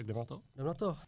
Tak jdeme na to? Jdeme na to.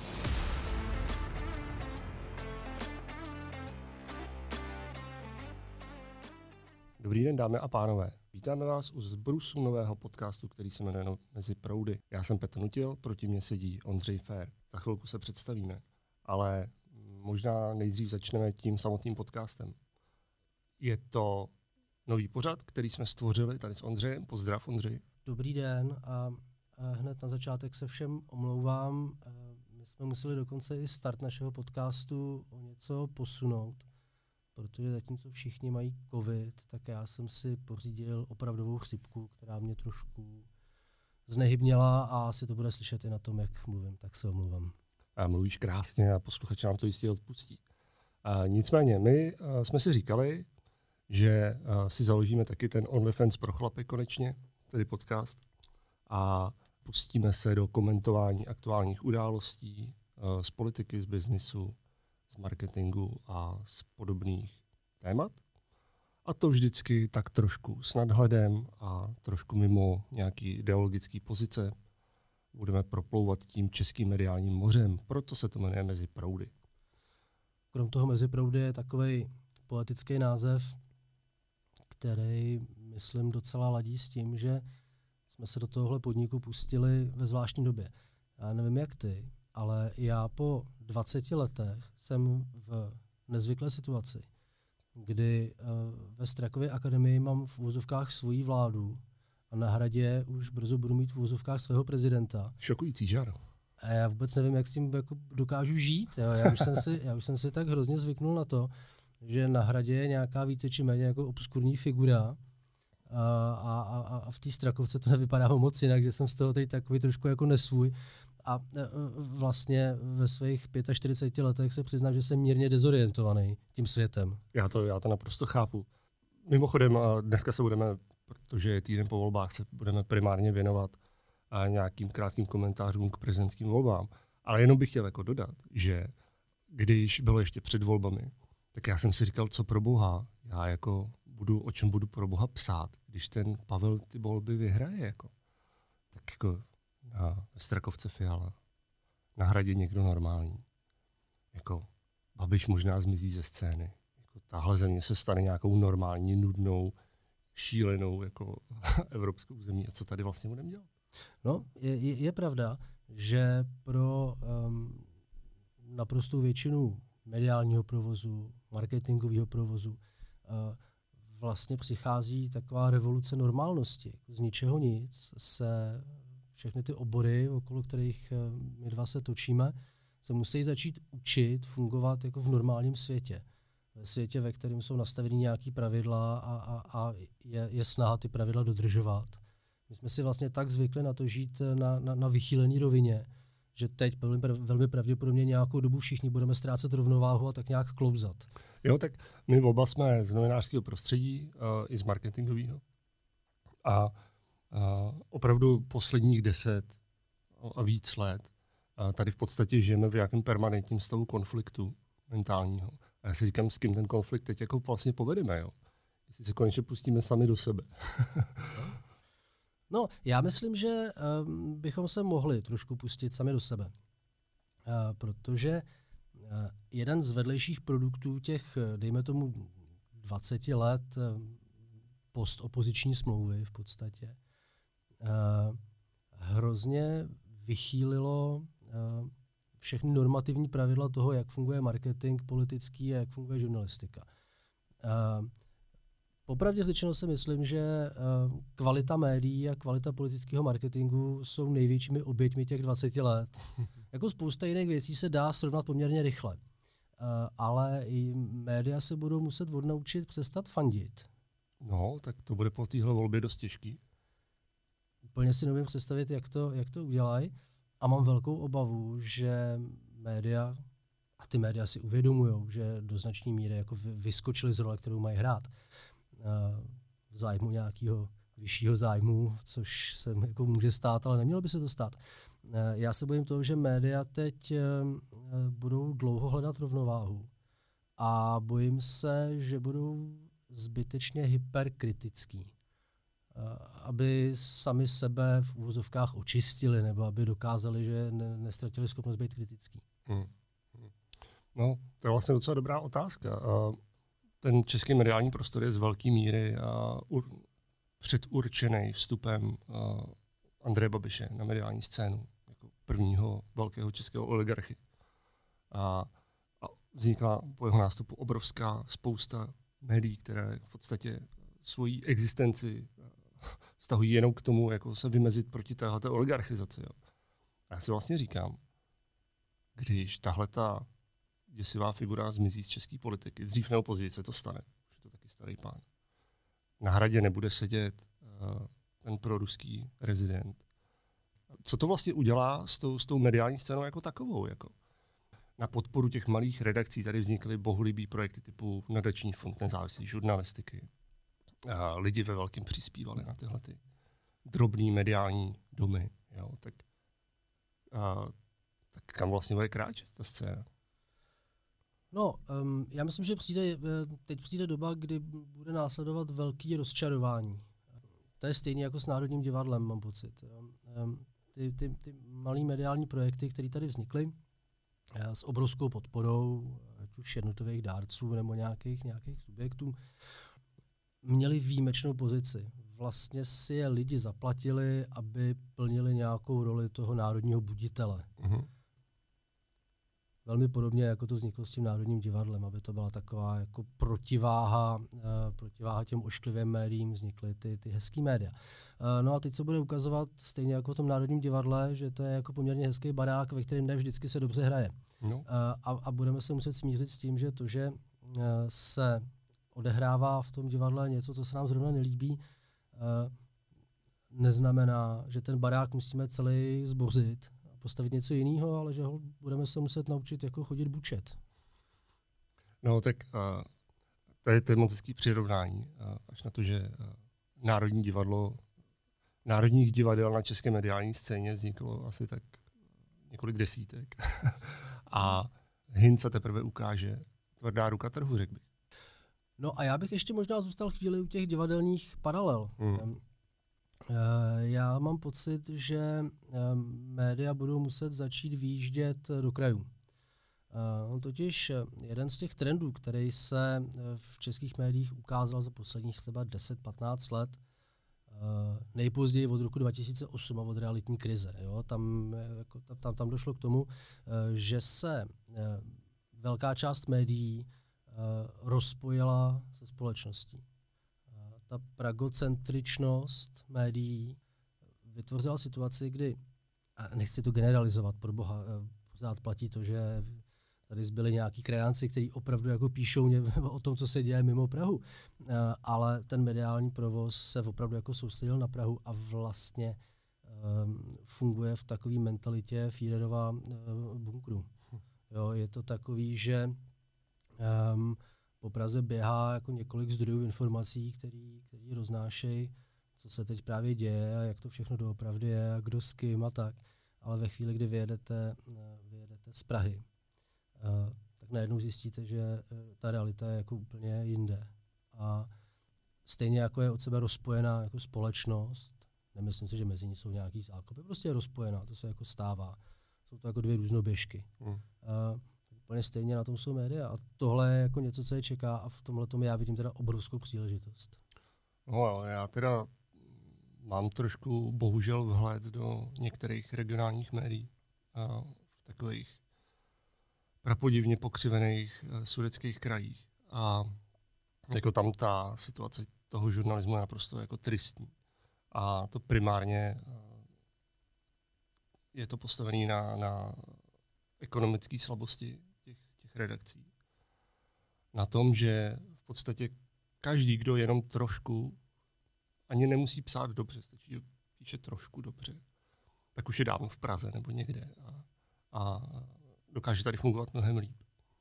Dobrý den, dámy a pánové. Vítáme vás u zbrusu nového podcastu, který se jmenuje Mezi proudy. Já jsem Petr Nutil, proti mně sedí Ondřej Fér. Za chvilku se představíme, ale možná nejdřív začneme tím samotným podcastem. Je to nový pořad, který jsme stvořili tady s Ondřejem. Pozdrav, Ondřej. Dobrý den a hned na začátek se všem omlouvám. My jsme museli dokonce i start našeho podcastu o něco posunout, protože zatímco všichni mají covid, tak já jsem si pořídil opravdovou chřipku, která mě trošku znehybněla a asi to bude slyšet i na tom, jak mluvím, tak se omlouvám. Mluvíš krásně a posluchač nám to jistě odpustí. Nicméně, my jsme si říkali, že si založíme taky ten OnlyFans pro chlapy konečně, tedy podcast, a pustíme se do komentování aktuálních událostí z politiky, z biznisu, z marketingu a z podobných témat. A to vždycky tak trošku s nadhledem a trošku mimo nějaký ideologický pozice. Budeme proplouvat tím českým mediálním mořem, proto se to jmenuje Mezi proudy. Krom toho Mezi proudy je takovej poetický název, který, myslím, docela ladí s tím, že jsme se do tohohle podniku pustili ve zvláštní době. Já nevím jak ty, ale já po 20 letech jsem v nezvyklé situaci, kdy ve Strakově akademii mám v uvozovkách svoji vládu a na Hradě už brzo budu mít v uvozovkách svého prezidenta. Šokující, žár. A já vůbec nevím, jak s tím jako dokážu žít. Jo. Já už jsem si tak hrozně zvyknul na to, že na Hradě je nějaká více či méně jako obskurní figura a v té Strakovce to nevypadá moc jinak, že jsem z toho teď takový trošku jako nesvůj. A vlastně ve svých 45 letech se přiznám, že jsem mírně dezorientovaný tím světem. Já to naprosto chápu. Mimochodem, dneska se budeme, protože je týden po volbách, se budeme primárně věnovat nějakým krátkým komentářům k prezidentským volbám. Ale jenom bych chtěl jako dodat, že když bylo ještě před volbami, tak já jsem si říkal, co pro boha, já jako o čem budu pro boha psát, když ten Pavel ty volby vyhraje. Jako. Tak jako na Strakovce Fiala, na Hradě někdo normální. Jako Babiš možná zmizí ze scény. Jako tahle země se stane nějakou normální, nudnou, šílenou jako evropskou zemí. A co tady vlastně budeme dělat? No, je pravda, že pro naprostou většinu mediálního provozu, marketingového provozu, vlastně přichází taková revoluce normálnosti. Z ničeho nic se všechny ty obory, okolo kterých my dva se točíme, se musí začít učit fungovat jako v normálním světě. Ve světě, ve kterém jsou nastaveny nějaké pravidla a je snaha ty pravidla dodržovat. My jsme si vlastně tak zvykli na to žít na vychýlený rovině, že teď velmi pravděpodobně nějakou dobu všichni budeme ztrácet rovnováhu a tak nějak klouzat. Jo, tak my oba jsme z novinářského prostředí i z marketingového. A opravdu posledních 10 a víc let tady v podstatě žijeme v nějakém permanentním stavu konfliktu mentálního. A já si říkám, s kým ten konflikt teď jako vlastně povedeme, jo? Jestli se konečně pustíme sami do sebe. No, já myslím, že bychom se mohli trošku pustit sami do sebe. Protože jeden z vedlejších produktů těch, dejme tomu, 20 let postopoziční smlouvy v podstatě, hrozně vychýlilo všechny normativní pravidla toho, jak funguje marketing politický a jak funguje žurnalistika. Popravdě řečeno si myslím, že kvalita médií a kvalita politického marketingu jsou největšími oběťmi těch 20 let. Jako spousta jiných věcí se dá srovnat poměrně rychle. Ale i média se budou muset odnaučit přestat fandit. No, tak to bude po téhle volbě dost těžký. Úplně si nevím představit, jak to udělají. A mám velkou obavu, že média, a ty média si uvědomujou, že do značné míry jako vyskočili z role, kterou mají hrát, v zájmu nějakého vyššího zájmu, což se jako může stát, ale nemělo by se to stát. Já se bojím toho, že média teď budou dlouho hledat rovnováhu a bojím se, že budou zbytečně hyperkritický. aby sami sebe v úvozovkách očistili, nebo aby dokázali, že nestratili schopnost být kritický. No, to je vlastně docela dobrá otázka. Ten český mediální prostor je z velké míry předurčený vstupem Andreje Babiše na mediální scénu jako prvního velkého českého oligarchy. A vznikla po jeho nástupu obrovská spousta médií, které v podstatě svoji existenci vztahují jenom k tomu, jako se vymezit proti téhleté oligarchizaci. Jo. A já si vlastně říkám, když tahleta děsivá figura zmizí z české politiky, dřív nebo později se to stane, už je to taky starý pán. Na Hradě nebude sedět ten proruský rezident. Co to vlastně udělá s tou mediální scénou jako takovou? Jako? Na podporu těch malých redakcí tady vznikly bohulibý projekty typu Nadační fond nezávislé žurnalistiky. Lidi ve velkém přispívali na tyhle drobný mediální domy. Jo? Tak kam vlastně bude kráčet ta scéna? No, já myslím, že teď přijde doba, kdy bude následovat velký rozčarování. To je stejně jako s Národním divadlem, mám pocit. Jo. Ty malý mediální projekty, které tady vznikly s obrovskou podporou, ať už jednotlivých dárců nebo nějakých subjektů, měli výjimečnou pozici. Vlastně si je lidi zaplatili, aby plnili nějakou roli toho národního buditele. Uh-huh. Velmi podobně, jako to vzniklo s tím Národním divadlem, aby to byla taková jako protiváha těm ošklivým médiím, vznikly ty hezký média. No a teď se bude ukazovat, stejně jako v tom Národním divadle, že to je jako poměrně hezký barák, ve kterém ne vždycky se dobře hraje. No. A budeme se muset smířit s tím, že to, že se odehrává v tom divadle něco, co se nám zrovna nelíbí, neznamená, že ten barák musíme celý zbořit, postavit něco jiného, ale že ho budeme se muset naučit jako chodit bučet. No tak to je moc hezký přirovnání, až na to, že národních divadel na české mediální scéně vzniklo asi tak několik desítek. A Hinc se teprve ukáže tvrdá ruka trhu, řekl bych. No a já bych ještě možná zůstal chvíli u těch divadelních paralel. Já mám pocit, že média budou muset začít vyjíždět do krajů. Totiž jeden z těch trendů, který se v českých médiích ukázal za posledních třeba 10-15 let, nejpozději od roku 2008 a od realitní krize. Jo? Tam došlo k tomu, že se velká část médií rozpojila se společností. Ta pragocentričnost médií vytvořila situaci, kdy, a nechci to generalizovat, pro boha, pořád platí to, že tady zbyli nějaký krajánci, kteří opravdu jako píšou o tom, co se děje mimo Prahu, ale ten mediální provoz se opravdu jako soustředil na Prahu a vlastně funguje v takové mentalitě Führerova bunkru. Jo, je to takový, že po Praze běhá jako několik zdrojů informací, který roznášejí, co se teď právě děje a jak to všechno doopravdy je a kdo s kým a tak. Ale ve chvíli, kdy vyjedete z Prahy, tak najednou zjistíte, že ta realita je jako úplně jinde. A stejně jako je od sebe rozpojená jako společnost, nemyslím si, že mezi ní jsou nějaký zákopy, prostě je rozpojená, to se jako stává. Jsou to jako dvě různoběžky. Úplně stejně na tom jsou média a tohle je jako něco, co je čeká a v tomhletom já vidím teda obrovskou příležitost. No, já teda mám trošku bohužel vhled do některých regionálních médií v takových prapodivně pokřivených sudetských krajích a jako tam ta situace toho žurnalismu je naprosto jako tristní a to primárně je to postavené na ekonomické slabosti těch redakcí. Na tom, že v podstatě každý, kdo jenom trošku, ani nemusí psát dobře, stačí, že píše trošku dobře, tak už je dávno v Praze nebo někde a dokáže tady fungovat mnohem líp.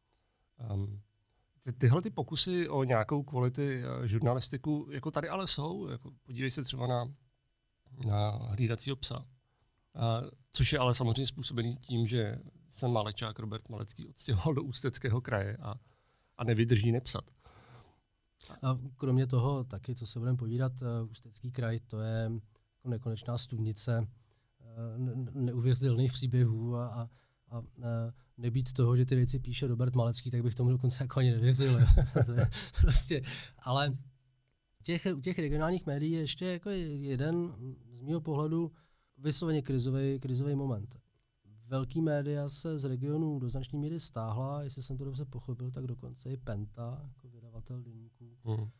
Tyhle ty pokusy o nějakou kvality žurnalistiku jako tady ale jsou. Jako podívej se třeba na hlídacího psa. Což je ale samozřejmě způsobený tím, že se Malečák Robert Malecký odstěhoval do Ústeckého kraje a nevydrží nepsat. A kromě toho taky, co se budeme povídat, Ústecký kraj, to je jako nekonečná studnice neuvěřitelných příběhů a nebýt toho, že ty věci píše Robert Malecký, tak bych tomu dokonce jako ani nevěřil. Prostě, ale u těch regionálních médií je ještě jako jeden z mého pohledu vysloveně krizový moment. Velký média se z regionu do značné míry stáhla, jestli jsem to dobře pochopil, tak dokonce i Penta, jako vydavatel deníků,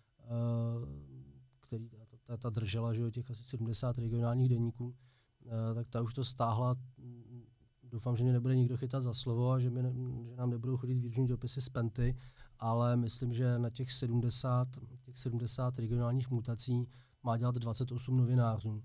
který ta držela, že těch asi 70 regionálních deníků, tak ta už to stáhla. Doufám, že mě nebude nikdo chytat za slovo a že nám nebudou chodit výroční dopisy z Penty, ale myslím, že na těch 70 regionálních mutací má dělat 28 novinářů.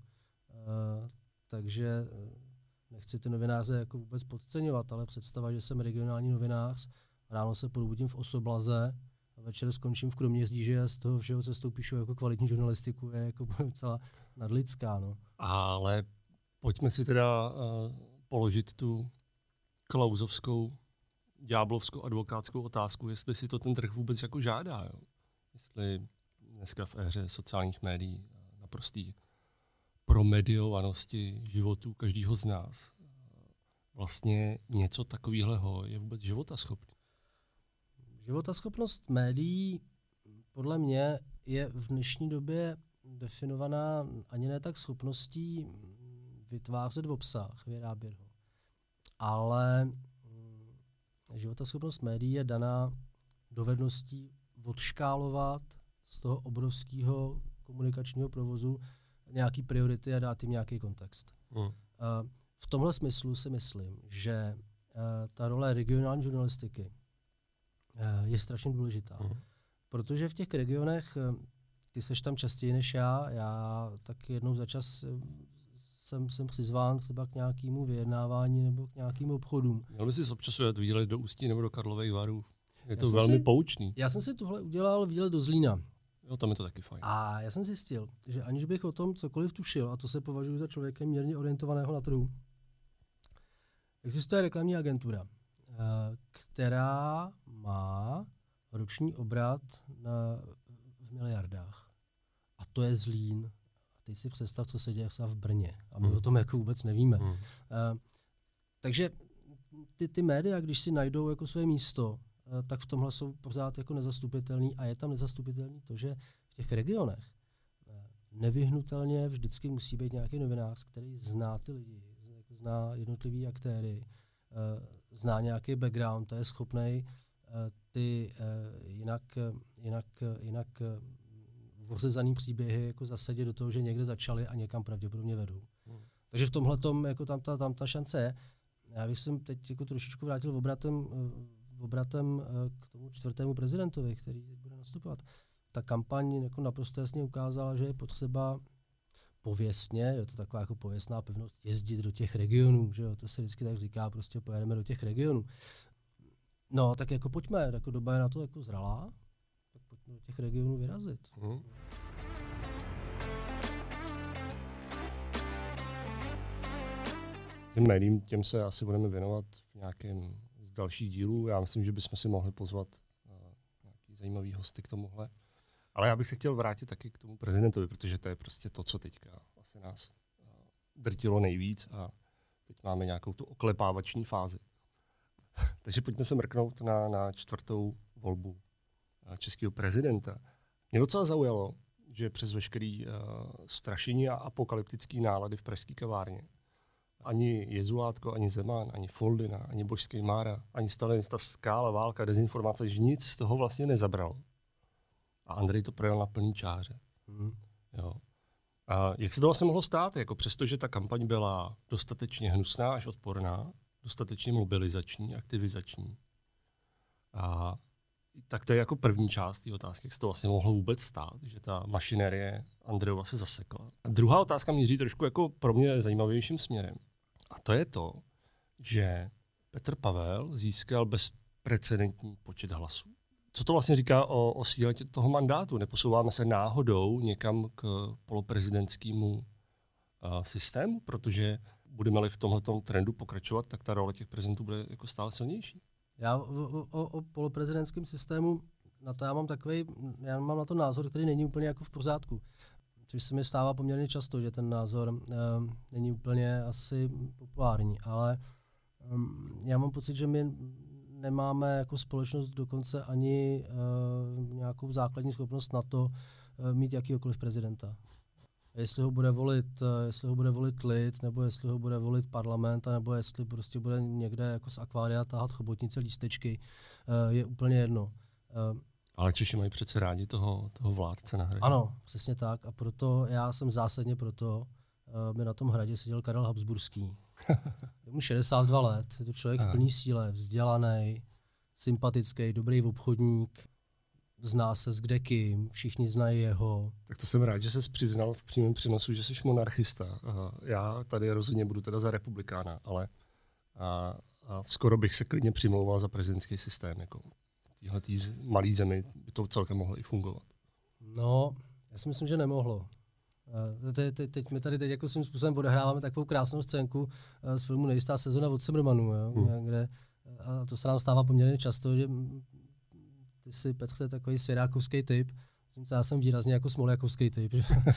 Takže nechci ty novináře jako vůbec podceňovat, ale představa, že jsem regionální novinář, ráno se probudím v Osoblaze, a večer skončím v Kroměříži a z toho všeho cestou píšu jako kvalitní žurnalistiku, je jako celá nadlidská. No. Ale pojďme si teda položit tu klausovskou, ďáblovskou advokátskou otázku, jestli si to ten trh vůbec jako žádá. Jo? Jestli dneska v éře sociálních médií naprostý promediovanosti životů každého z nás vlastně něco takového je vůbec životaschopný. Životaschopnost médií podle mě je v dnešní době definovaná ani ne tak schopností vytvářet obsah, vyrábět ho, ale životaschopnost médií je daná dovedností odškálovat z toho obrovského komunikačního provozu nějaký priority a dát jim nějaký kontext. V tomhle smyslu si myslím, že ta role regionální žurnalistiky je strašně důležitá. Protože v těch regionech, ty seš tam častěji než já tak jednou za čas jsem přizván třeba k nějakému vyjednávání nebo k nějakým obchodům. Měl by si občas výlet do Ústí nebo do Karlových Varů. Je to velmi poučný. Já jsem si tuhle udělal výlet do Zlína. Jo, tam je to taky fajn. A já jsem zjistil, že aniž bych o tom cokoliv tušil, a to se považuji za člověka mírně orientovaného na trhu, existuje reklamní agentura, která má roční obrat v miliardách. A to je Zlín. A teď si představ, co se děje v Brně. A my o tom jako vůbec nevíme. Takže ty média, když si najdou jako své místo, tak v tomhle jsou pořád jako nezastupitelný a je tam nezastupitelný to, že v těch regionech nevyhnutelně vždycky musí být nějaký novinář, který zná ty lidi, zná jednotlivý aktéry, zná nějaký background, to je schopnej ty jinak vořezaný příběhy jako zasadit do toho, že někde začali a někam pravděpodobně vedou. Takže v tomhletom jako tam ta šance je. Já bych se teď jako trošičku vrátil obratem k tomu 4. prezidentovi, který bude nastupovat. Ta kampaň jako naprosto jasně ukázala, že je potřeba pověstně, je to taková jako pověstná pevnost, jezdit do těch regionů, že jo, to se vždycky tak říká, prostě pojedeme do těch regionů. No, tak jako pojďme, jako doba je na to jako zralá, tak pojďme do těch regionů vyrazit. Těm médiím, těm se asi budeme věnovat v nějakém z dalších dílů. Já myslím, že bychom si mohli pozvat nějaký zajímavý hosty k tomuhle. Ale já bych se chtěl vrátit taky k tomu prezidentovi, protože to je prostě to, co teďka asi nás drtilo nejvíc a teď máme nějakou tu oklepávační fázi. Takže pojďme se mrknout na 4. volbu českého prezidenta. Mě docela zaujalo, že přes veškerý strašení a apokalyptický nálady v pražské kavárně ani Jezulátko, ani Zeman, ani Foldina, ani Božský Mára, ani stalinista skála, válka, dezinformace, že nic z toho vlastně nezabral. A Andrej to projel na plný čáře. Jo. A jak se to vlastně mohlo stát? Jako přestože ta kampaň byla dostatečně hnusná až odporná, dostatečně mobilizační, aktivizační. A tak to je jako první část té otázky, jak se to vlastně mohlo vůbec stát, že ta mašinérie Andrejova se zasekla. A druhá otázka míří trošku jako pro mě zajímavějším směrem. A to je to, že Petr Pavel získal bezprecedentní počet hlasů. Co to vlastně říká o síle toho mandátu? Neposouváme se náhodou někam k poloprezidentskému systému, protože budeme-li v tomhletom trendu pokračovat, tak ta role těch prezidentů bude jako stále silnější. Já o poloprezidentském systému na to já mám na to názor, který není úplně jako v pořádku. Což se mi stává poměrně často, že ten názor není úplně asi populární, ale já mám pocit, že my nemáme jako společnost dokonce ani nějakou základní schopnost na to mít jakýhokoliv prezidenta. Jestli ho bude volit lid, nebo jestli ho bude volit parlament, nebo jestli prostě bude někde jako z akvária tahat chobotnice lístečky, je úplně jedno. Ale Češi mají přece rádi toho vládce na hradě. Ano, přesně tak. A proto já jsem zásadně proto, by na tom hradě seděl Karel Habsburský. Je mu 62 let, je to člověk v plný síle, vzdělaný, sympatický, dobrý obchodník, zná se s kdekým, všichni znají jeho. Tak to jsem rád, že ses přiznal v přímém přenosu, že jsi monarchista. Já tady rozhodně budu teda za republikána, ale skoro bych se klidně přimlouval za prezidentský systém. Jako v téhletý malý zemi by to celkem mohlo i fungovat. No, já si myslím, že nemohlo. Teď my tady jako svým způsobem odehráváme takovou krásnou scénku z filmu Nejistá sezona od Semmermannu, kde, a to se nám stává poměrně často, že ty jsi, Petře, takový svěrákovský typ, já jsem výrazně jako smoljakovský typ.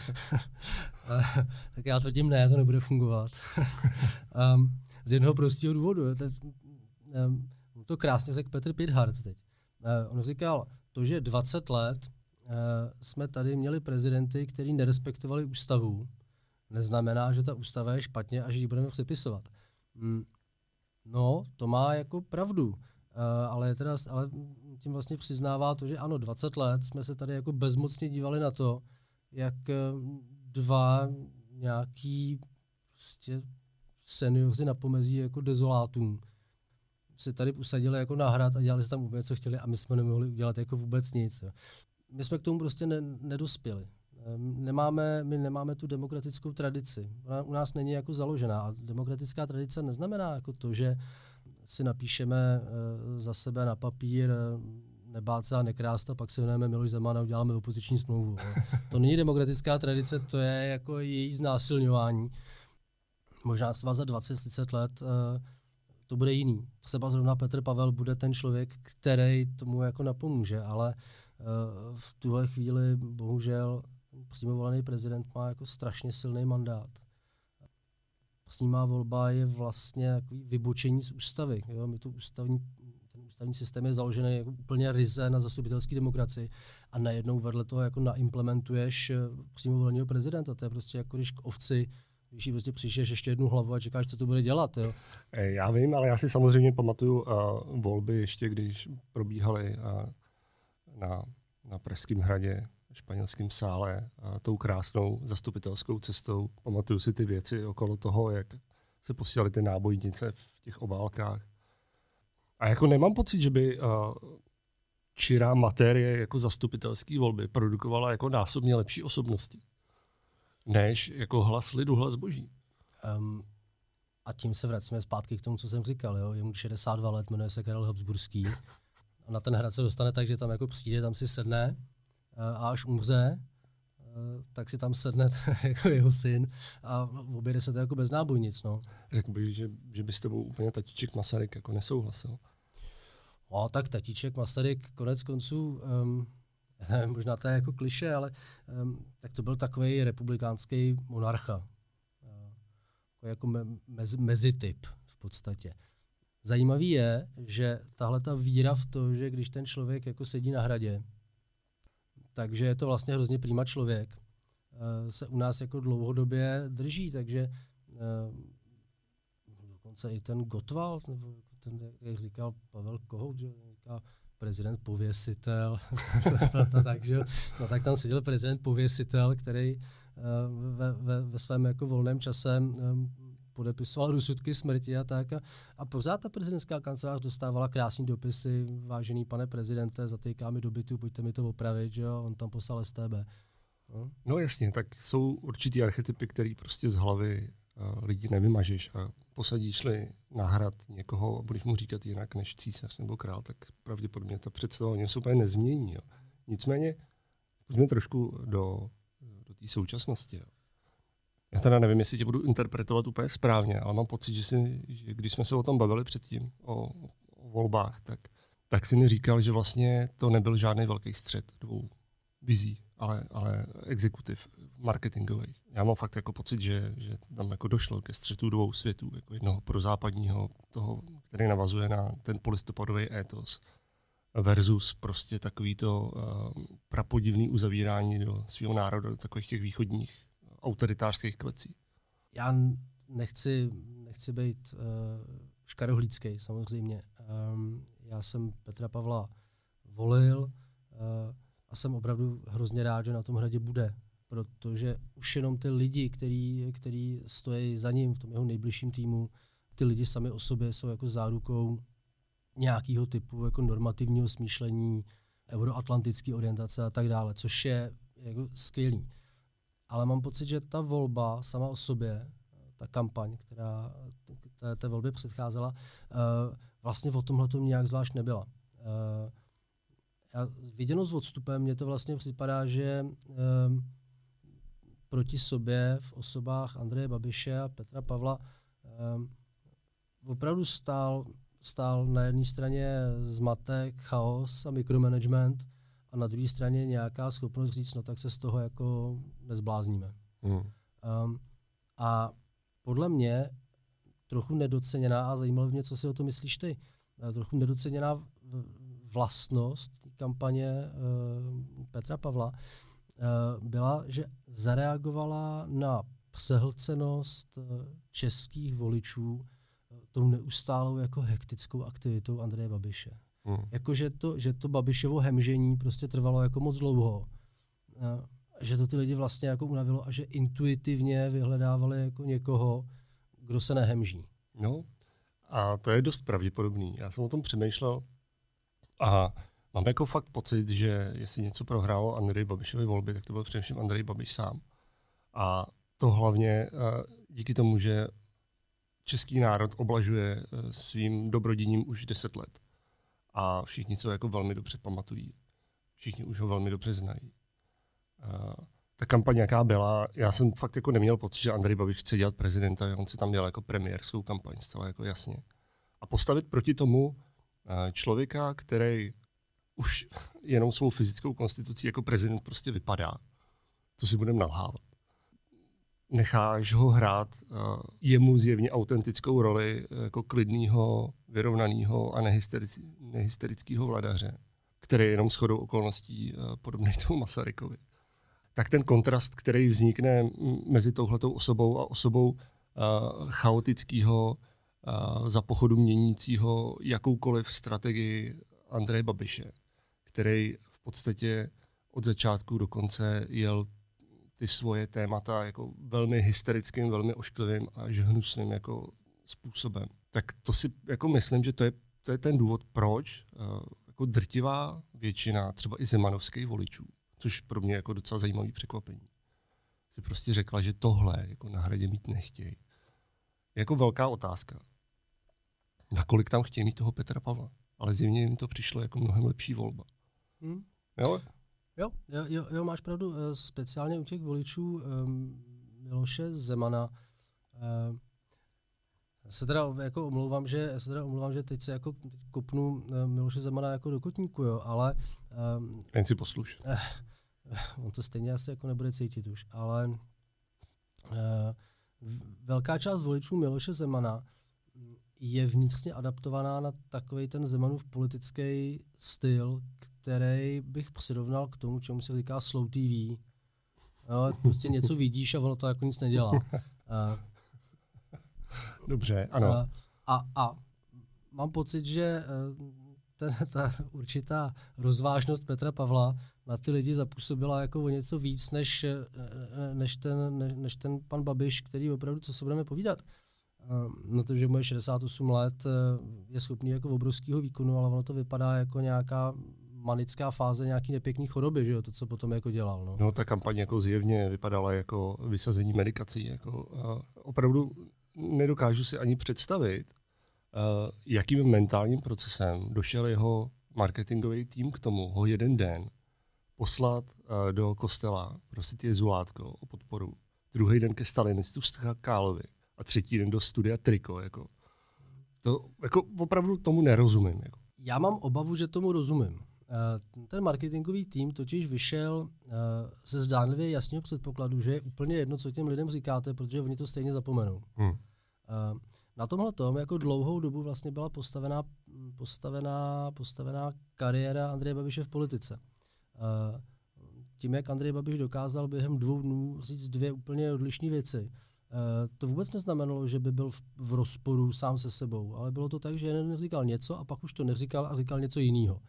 Tak já tvrdím, ne, to nebude fungovat. Z jednoho prostého důvodu. To krásně řekl Petr Pithart teď. On říkal, to, že 20 let jsme tady měli prezidenty, kteří nerespektovali ústavu, neznamená, že ta ústava je špatně a že ji budeme přepisovat. No, to má jako pravdu, ale tím vlastně přiznává to, že ano, 20 let jsme se tady jako bezmocně dívali na to, jak dva nějaký prostě seniorzi na pomezí jako dezolátům se tady usadili jako na hrad a dělali si tam úplně, co chtěli a my jsme nemohli udělat jako vůbec nic. My jsme k tomu prostě nedospěli. My nemáme tu demokratickou tradici. Ona u nás není jako založená. A demokratická tradice neznamená jako to, že si napíšeme za sebe na papír nebát se a nekrást a pak si jmenujeme Miloš Zeman a uděláme opoziční smlouvu. To není demokratická tradice, to je jako její znásilňování. Možná třeba za 20-30 let to bude jiný. Třeba zrovna Petr Pavel bude ten člověk, který tomu jako napomůže, ale v tuhle chvíli bohužel přímo volený prezident má jako strašně silný mandát. Přímá volba je vlastně takový vybočení z ústavy. Jo? Ten ústavní systém je založený jako úplně ryze na zastupitelské demokracii a najednou vedle toho jako naimplementuješ přímo voleného prezidenta. To je prostě jako když k ovci, když jí prostě přišeš ještě jednu hlavu a čekáš, co to bude dělat. Jo? Já vím, ale já si samozřejmě pamatuju volby ještě, když probíhaly na Pražském hradě, španělském sále, tou krásnou zastupitelskou cestou. Pamatuju si ty věci okolo toho, jak se posílaly ty nábojnice v těch obálkách. A jako nemám pocit, že by čirá materie jako zastupitelské volby produkovala jako násobně lepší osobnosti, než jako hlas lidu, hlas boží. A tím se vracíme zpátky k tomu, co jsem říkal. Jo? Je mu 62 let, jmenuje se Karel Habsburský. A na ten hrad se dostane tak, že tam jako přijde, tam si sedne a až umře, tak si tam sedne jako jeho syn a objede se to jako bez nábojnic. No. Řekl bych, že by s tebou úplně tatíček Masaryk jako nesouhlasil. No, tak tatíček Masaryk konec konců, nevím, možná to je jako klišé, ale tak to byl takový republikánský monarcha. Jako mezityp v podstatě. Zajímavý je, že tahle ta víra v to, že když ten člověk jako sedí na hradě, takže je to vlastně hrozně prima člověk, se u nás jako dlouhodobě drží, takže dokonce i ten Gottwald, nebo ten, jak říkal Pavel Kohout, že říká prezident pověsitel, tak tam seděl prezident pověsitel, který ve svém jako volném čase podepisoval rozsudky smrti a tak. A pořád ta prezidentská kancelář dostávala krásný dopisy, vážený pane prezidente, zatýká mi do bytu, pojďte mi to opravit, že jo, on tam poslal STB. No jasně, tak jsou určitý archetypy, který prostě z hlavy lidi nevymažeš a posadíš-li na hrad někoho a budeš mu říkat jinak než císař nebo král, tak pravděpodobně ta představa o něm se úplně nezmění. Jo. Nicméně, pojďme trošku do té současnosti. Jo. Já teda nevím, jestli tě budu interpretovat úplně správně, ale mám pocit, že když jsme se o tom bavili předtím, o volbách, tak tak si mi říkal, že vlastně to nebyl žádný velký střet dvou vizí, ale exekutiv marketingových. Já mám fakt jako pocit, že tam jako došlo ke střetu dvou světů, jako jednoho prozápadního, toho, který navazuje na ten polistopadový étos, versus prostě takovýto prapodivný uzavírání do svého národa, do takových těch východních autoritářských klecí. Já nechci být škarohlídský, samozřejmě. Já jsem Petra Pavla volil a jsem opravdu hrozně rád, že na tom hradě bude, protože už jenom ty lidi, který stojí za ním v tom jeho nejbližším týmu, ty lidi sami o sobě jsou jako zárukou nějakého typu jako normativního smýšlení, euroatlantické orientace a tak dále, což je jako skvělý. Ale mám pocit, že ta volba sama o sobě, ta kampaň, která té volbě předcházela, vlastně o tomhletom nějak zvlášť nebyla. Viděno s odstupem, mně to vlastně připadá, že proti sobě v osobách Andreje Babiše a Petra Pavla opravdu stál na jedné straně zmatek, chaos a mikromanagement a na druhé straně nějaká schopnost říct, no tak se z toho jako nezblázníme. A podle mě trochu nedoceněná, a zajímalo mě, co si o to myslíš ty, trochu nedoceněná vlastnost kampaně Petra Pavla byla, že zareagovala na přehlcenost českých voličů tou neustálou jako hektickou aktivitou Andreje Babiše. Jako, že to Babišovo hemžení prostě trvalo jako moc dlouho. Že to ty lidi vlastně jako unavilo a že intuitivně vyhledávali jako někoho, kdo se nehemží. No, a to je dost pravděpodobný. Já jsem o tom přemýšlel a mám jako fakt pocit, že jestli něco prohrálo Andreji Babišovi volby, tak to byl především Andrej Babiš sám. A to hlavně díky tomu, že český národ oblažuje svým dobrodiním už 10 let. A všichni se ho jako velmi dobře pamatují. Všichni už ho velmi dobře znají. Ta kampaň, jaká byla, já jsem fakt jako neměl pocit, že Andrej Babiš chce dělat prezidenta, on si tam dělal jako premiérskou kampaň, zcela jako jasně. A postavit proti tomu člověka, který už jenom svou fyzickou konstitucí jako prezident prostě vypadá, to si budeme nalhávat. Necháš ho hrát jemu zjevně autentickou roli jako klidného, vyrovnaného a nehysterického vladaře, který je jenom shodou okolností podobný tomu Masarykovi. Tak ten kontrast, který vznikne mezi touhletou osobou a osobou chaotického, za pochodu měnícího jakoukoliv strategii Andreje Babiše, který v podstatě od začátku do konce jel ty svoje témata jako velmi hysterickým, velmi ošklivým a hnusným jako způsobem. Tak to si jako myslím, že to je ten důvod, proč jako drtivá většina třeba i zemanovských voličů, což pro mě jako docela zajímavý překvapení, si prostě řekla, že tohle jako na hradě mít nechtějí. Jako velká otázka. Nakolik tam chtějí mít toho Petra Pavla? Ale zjevně jim to přišlo jako mnohem lepší volba. Jo? Jo, máš pravdu. Speciálně u těch voličů Miloše Zemana. Já se teda jako omlouvám, že teď se jako kopnu Miloše Zemana jako do kotníku, jo, ale... Jen si posluš. On to stejně asi jako nebude cítit už, ale velká část voličů Miloše Zemana je vnitřně adaptovaná na takovej ten Zemanův politický styl, který bych přirovnal k tomu, čemu se říká slow TV. Jo, prostě něco vidíš a ono to jako nic nedělá. Dobře, ano. A mám pocit, že ta určitá rozvážnost Petra Pavla na ty lidi zapůsobila jako o něco víc, než ten pan Babiš, který opravdu, co se budeme povídat, na to, že mu je 68 let, je schopný jako obrovského výkonu, ale ono to vypadá jako nějaká manická fáze nějaký nepěkný choroby, že jo, to, co potom jako dělal. No, ta kampaň jako zjevně vypadala jako vysazení medikací. Jako, opravdu nedokážu si ani představit, jakým mentálním procesem došel jeho marketingový tým k tomu, ho jeden den poslat do kostela, prosit jezulátko o podporu, druhý den ke stalinistu Kálovi a třetí den do studia Triko. Jako. To jako opravdu tomu nerozumím. Jako. Já mám obavu, že tomu rozumím. Ten marketingový tým totiž vyšel ze zdánlivě jasného předpokladu, že je úplně jedno, co těm lidem říkáte, protože oni to stejně zapomenou. Na tomhle tom jako dlouhou dobu vlastně byla postavená kariéra Andreje Babiše v politice. Tím, jak Andrej Babiš dokázal během 2 dnů říct 2 úplně odlišné věci, to vůbec neznamenalo, že by byl v rozporu sám se sebou, ale bylo to tak, že jeden říkal něco a pak už to neříkal a říkal něco jiného.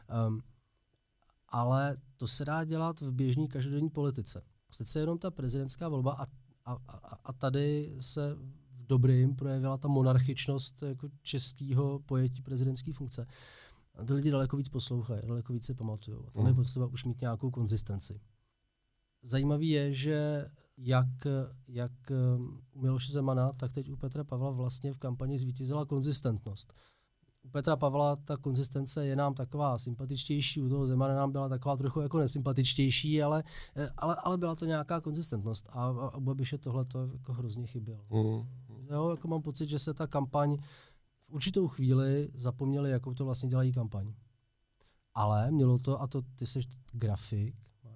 Ale to se dá dělat v běžné každodenní politice. Přece jenom ta prezidentská volba a tady se v dobrým projevila ta monarchičnost jako českého pojetí prezidentské funkce. A ty lidi daleko víc poslouchají, daleko víc si pamatují. Tam je potřeba už mít nějakou konzistenci. Zajímavý je, že jak u Miloše Zemana, tak teď u Petra Pavla vlastně v kampani zvítězila konzistentnost. U Petra Pavla ta konzistence je nám taková sympatičtější, u toho Zemana nám byla taková trochu jako nesympatičtější, ale byla to nějaká konzistentnost a u Babiše tohle to jako hrozně chybělo. Jo, jako mám pocit, že se ta kampaň v určitou chvíli zapomněli, jakou to vlastně dělají kampaň. Ale mělo to, a to ty seš grafik,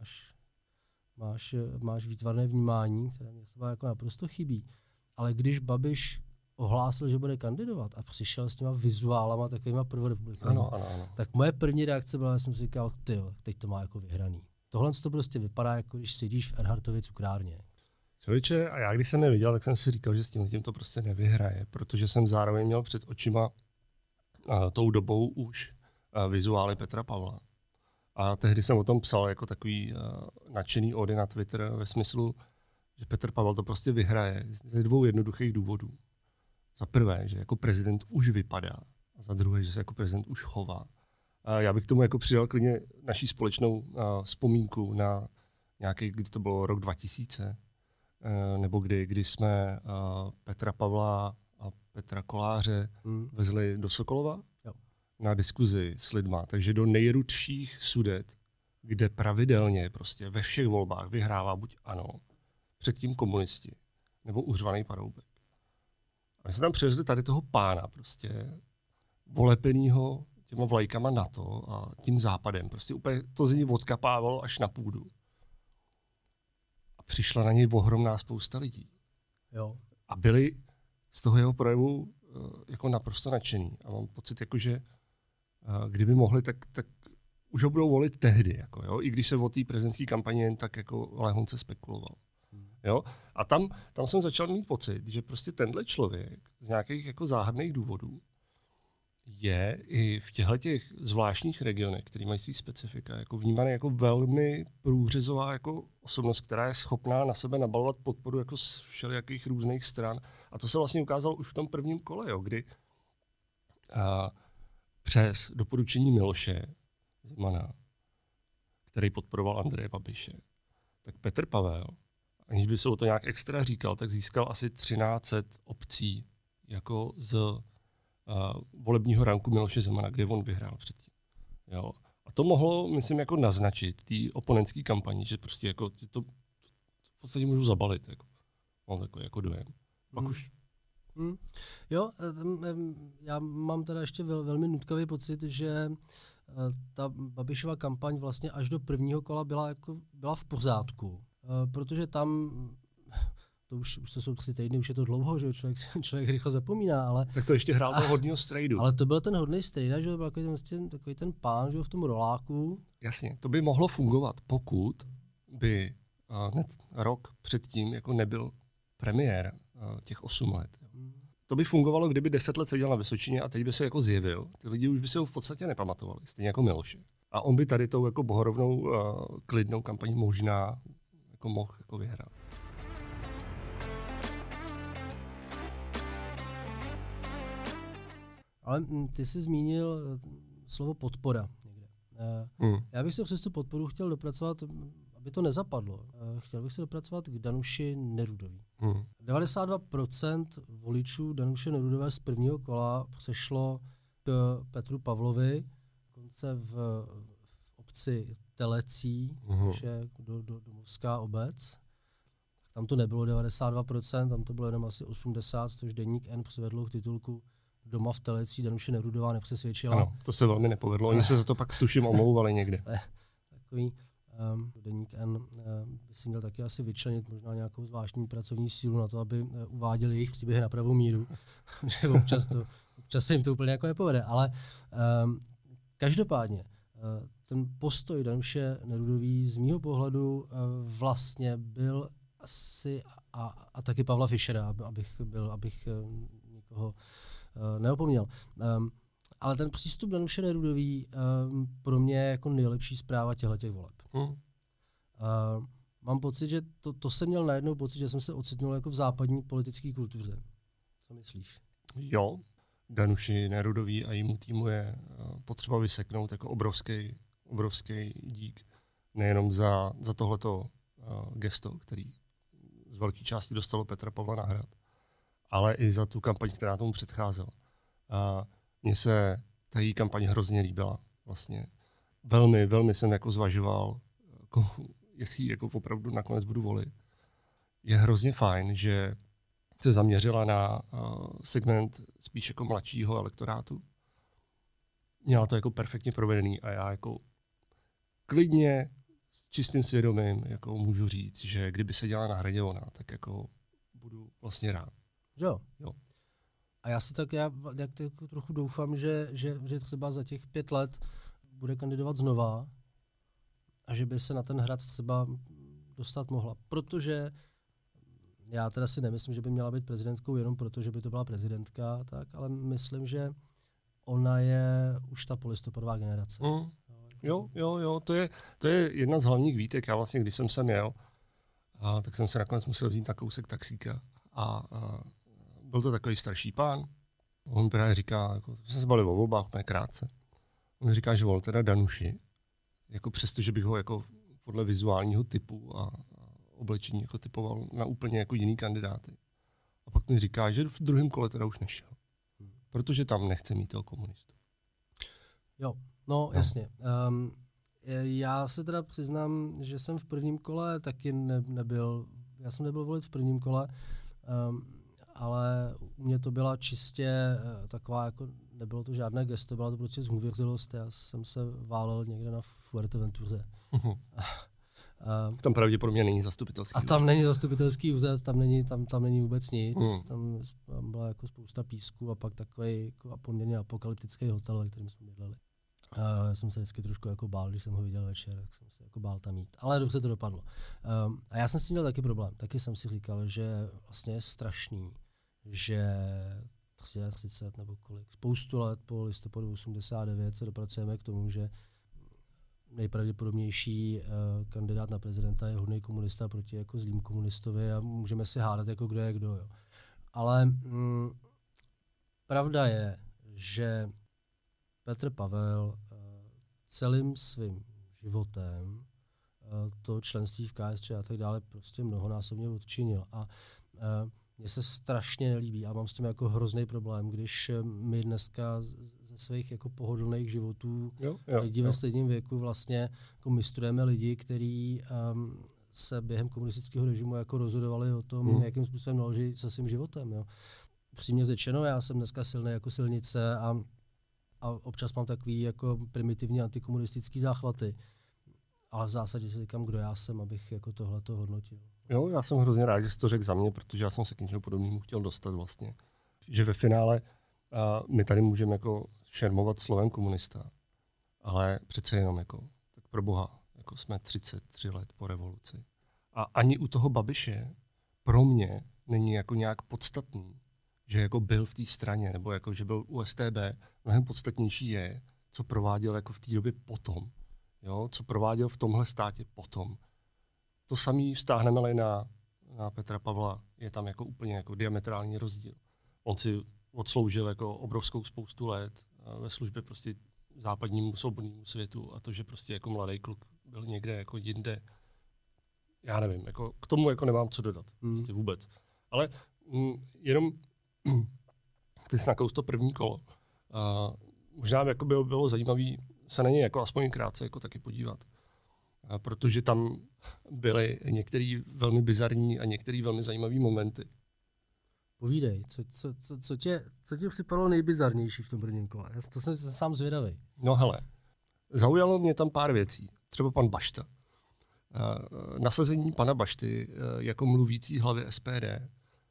máš výtvarné vnímání, které mě třeba jako naprosto chybí. Ale když Babiš ohlásil, že bude kandidovat a přišel s těma vizuálama, takovýma prvorepublikama, tak moje první reakce byla, že jsem si říkal, tyjo, teď to má jako vyhraný. Tohle to prostě vypadá, jako když sedíš v Erhartově cukrárně. Člověče, a já když jsem neviděl, tak jsem si říkal, že s tím to prostě nevyhraje, protože jsem zároveň měl před očima tou dobou už vizuály Petra Pavla. A tehdy jsem o tom psal jako takový nadšený ody na Twitter ve smyslu, že Petr Pavel to prostě vyhraje ze 2 jednoduchých důvodů. Za prvé, že jako prezident už vypadá, a za druhé, že se jako prezident už chová. A já bych k tomu jako přidal klidně naší společnou vzpomínku na nějaký, kdy to bylo rok 2000, nebo kdy jsme Petra Pavla a Petra Koláře vezli do Sokolova na diskuzi s lidma, takže do nejrudších Sudet, kde pravidelně prostě ve všech volbách vyhrává buď ANO, předtím komunisti, nebo uřvaný Paroubek. A my jsme tam přivezli tady toho pána prostě, volepenýho těma vlajkama NATO a tím západem, prostě úplně to z něj odkapávalo až na půdu. A přišla na něj ohromná spousta lidí. Jo. A byli z toho jeho projevu jako naprosto nadšený. A mám pocit, jako, že kdyby mohli, tak už ho budou volit tehdy. Jako, jo? I když se o té prezidentské kampani jen tak jako lehonce spekuloval. Jo? A tam jsem začal mít pocit, že prostě tenhle člověk z nějakých jako záhadných důvodů je i v těchto zvláštních regionech, které mají svý specifika, jako vnímaný jako velmi průřezová jako osobnost, která je schopná na sebe nabalovat podporu jako z všelijakých různých stran. A to se vlastně ukázalo už v tom prvním kole, jo, kdy přes doporučení Miloše Zemana, který podporoval Andreje Babiše, tak Petr Pavel, aniž by se o to nějak extra říkal, tak získal asi 1300 obcí jako z volebního ranku Miloše Zemana, kde on vyhrál předtím. Jo. A to mohlo, myslím, jako naznačit té oponentské kampani, že prostě jako, že to v podstatě můžu zabalit. Jako. Mám takový jako dojem. Pak už... Jo, já mám teda ještě velmi nutkavý pocit, že ta Babišova kampaň vlastně až do prvního kola byla v pořádku. Protože tam, to už to jsou 3 týdny, už je to dlouho, že člověk rychle zapomíná, ale... Tak to ještě hrál toho hodného strejdu. Ale to byl ten hodný strejda, že byl takový ten pán, že v tom roláku. Jasně, to by mohlo fungovat, pokud by rok předtím jako nebyl premiér těch 8 let. To by fungovalo, kdyby 10 let seděl na Vysočině a teď by se jako zjevil. Ty lidi už by se ho v podstatě nepamatovali, stejně jako Miloše. A on by tady tou jako bohorovnou klidnou kampaní možná jako mohl jako vyhrát. Ale ty jsi zmínil slovo podpora někde. Já bych se přes tu podporu chtěl dopracovat, aby to nezapadlo. Chtěl bych se dopracovat k Danuši Nerudový. 92% voličů Danuše Nerudové z prvního kola přešlo k Petru Pavlovi, dokonce v obci Telecí, což je domovská obec. Tam to nebylo 92%, tam to bylo jenom asi 80%, což Deník N přivedlo k titulku doma v Telecích Danuše Nerudová nepřesvědčila. Ano, to se velmi nepovedlo. Oni se za to pak tuším omlouvali někde. Takový deník N by si měl taky asi vyčlenit možná nějakou zvláštní pracovní sílu na to, aby uváděli jejich příběhy na pravou míru. Že občas se jim to úplně jako nepovede. Ale každopádně ten postoj Danuše Nerudový z mýho pohledu vlastně byl asi a taky Pavla Fischera, abych nikoho neopomněl. Ale ten přístup Danuše Nerudový pro mě je jako nejlepší zpráva těchto voleb. Mám pocit, že to jsem měl najednou pocit, že jsem se ocitnul jako v západní politické kultuře. Co myslíš? Jo, Danuši Nerudový a jejímu týmu je potřeba vyseknout jako obrovský dík. Nejenom za tohleto gesto, který z velké části dostalo Petra Pavla na Hrad, ale i za tu kampaň, která tomu předcházela. Mně se ta její kampaň hrozně líbila. Vlastně. Velmi, velmi jsem jako zvažoval, jestli jako opravdu nakonec budu volit. Je hrozně fajn, že se zaměřila na segment spíš jako mladšího elektorátu. Měla to jako perfektně provedený a já jako klidně s čistým svědomím jako můžu říct, že kdyby se dělala na Hradě ona, tak jako budu vlastně rád. Jo. Jo. A já si tak trochu doufám, že třeba za těch 5 let bude kandidovat znova a že by se na ten Hrad třeba dostat mohla. Protože já teda si nemyslím, že by měla být prezidentkou jenom proto, že by to byla prezidentka, tak, ale myslím, že ona je už ta polistopadová generace. Jo, to je jedna z hlavních výtek. Já vlastně, když jsem sem jel, tak jsem se nakonec musel vzít na kousek taxíka a byl to takový starší pán. On právě říká, jako, jsme se bavili o volbách úplně krátce. On říká, že volil teda Danuši, jako přesto, že bych ho jako podle vizuálního typu a oblečení jako typoval na úplně jako jiný kandidáty. A pak mi říká, že v druhém kole teda už nešel. Protože tam nechce mít toho komunistu. Jo, no. Jasně. Já se teda přiznám, že jsem v prvním kole taky nebyl, já jsem nebyl volit v prvním kole, ale u mě to byla čistě taková, jako nebylo to žádné gesto, byla to prostě zhůvěřilost, já jsem se válel někde na Fuerteventuře. Tam pravděpodobně není zastupitelský úřad. A tam není zastupitelský úřad, tam není vůbec nic, tam byla jako spousta písku a pak takový jako poměrně apokalyptický hotel, ve kterém jsme bydleli. Já jsem se vždycky trošku jako bál, když jsem ho viděl večer, tak jsem se jako bál tam jít. Ale dobře to dopadlo. A já jsem s tím měl taky problém. Taky jsem si říkal, že vlastně je strašný, že 30 nebo kolik, spoustu let po listopadu 89 se dopracujeme k tomu, že nejpravděpodobnější kandidát na prezidenta je hodný komunista proti jako zlým komunistovi a můžeme si hádat, jako kdo je kdo. Jo. Ale pravda je, že Petr Pavel celým svým životem to členství v KSČ a tak dále prostě mnohonásobně odčinil. A mně se strašně nelíbí a mám s tím jako hrozný problém, když my dneska ze svých jako pohodlných životů lidi ve středním věku vlastně jako mistrujeme lidi, kteří se během komunistického režimu jako rozhodovali o tom, jakým způsobem naloží se svým životem. Jo. Upřímně řečeno, já jsem dneska silný jako silnice a občas mám takový jako primitivní antikomunistický záchvaty. Ale v zásadě si říkám, kdo já jsem, abych jako tohleto hodnotil. Jo, já jsem hrozně rád, že jsi to řekl za mě, protože já jsem se k něčemu podobnému chtěl dostat vlastně. Že ve finále my tady můžeme jako šermovat slovem komunista, ale přece jenom jako, tak pro boha, jako jsme 33 let po revoluci. A ani u toho Babiše pro mě není jako nějak podstatný, že jako byl v té straně, nebo jako, že byl u StB. Mnohem podstatnější je, co prováděl jako v té době potom. Jo, co prováděl v tomhle státě potom. To samé vztáhneme na Petra Pavla, je tam jako úplně jako diametrální rozdíl. On si odsloužil jako obrovskou spoustu let ve službě prostě západnímu svobodnému světu a to, že prostě jako mladý kluk byl někde jako jinde, já nevím, jako k tomu jako nemám co dodat, prostě vůbec. Ale jenom ty jsi nakous to první kolo. Možná jako bylo zajímavé se na něj jako aspoň krátce jako taky podívat. Protože tam byly některé velmi bizarní a některé velmi zajímavé momenty. Povídej, co tě připadalo nejbizarnější v tom prvním kole? To jsem sám zvědavý. No hele, zaujalo mě tam pár věcí. Třeba pan Bašta. Nasazení pana Bašty jako mluvící hlavy SPD,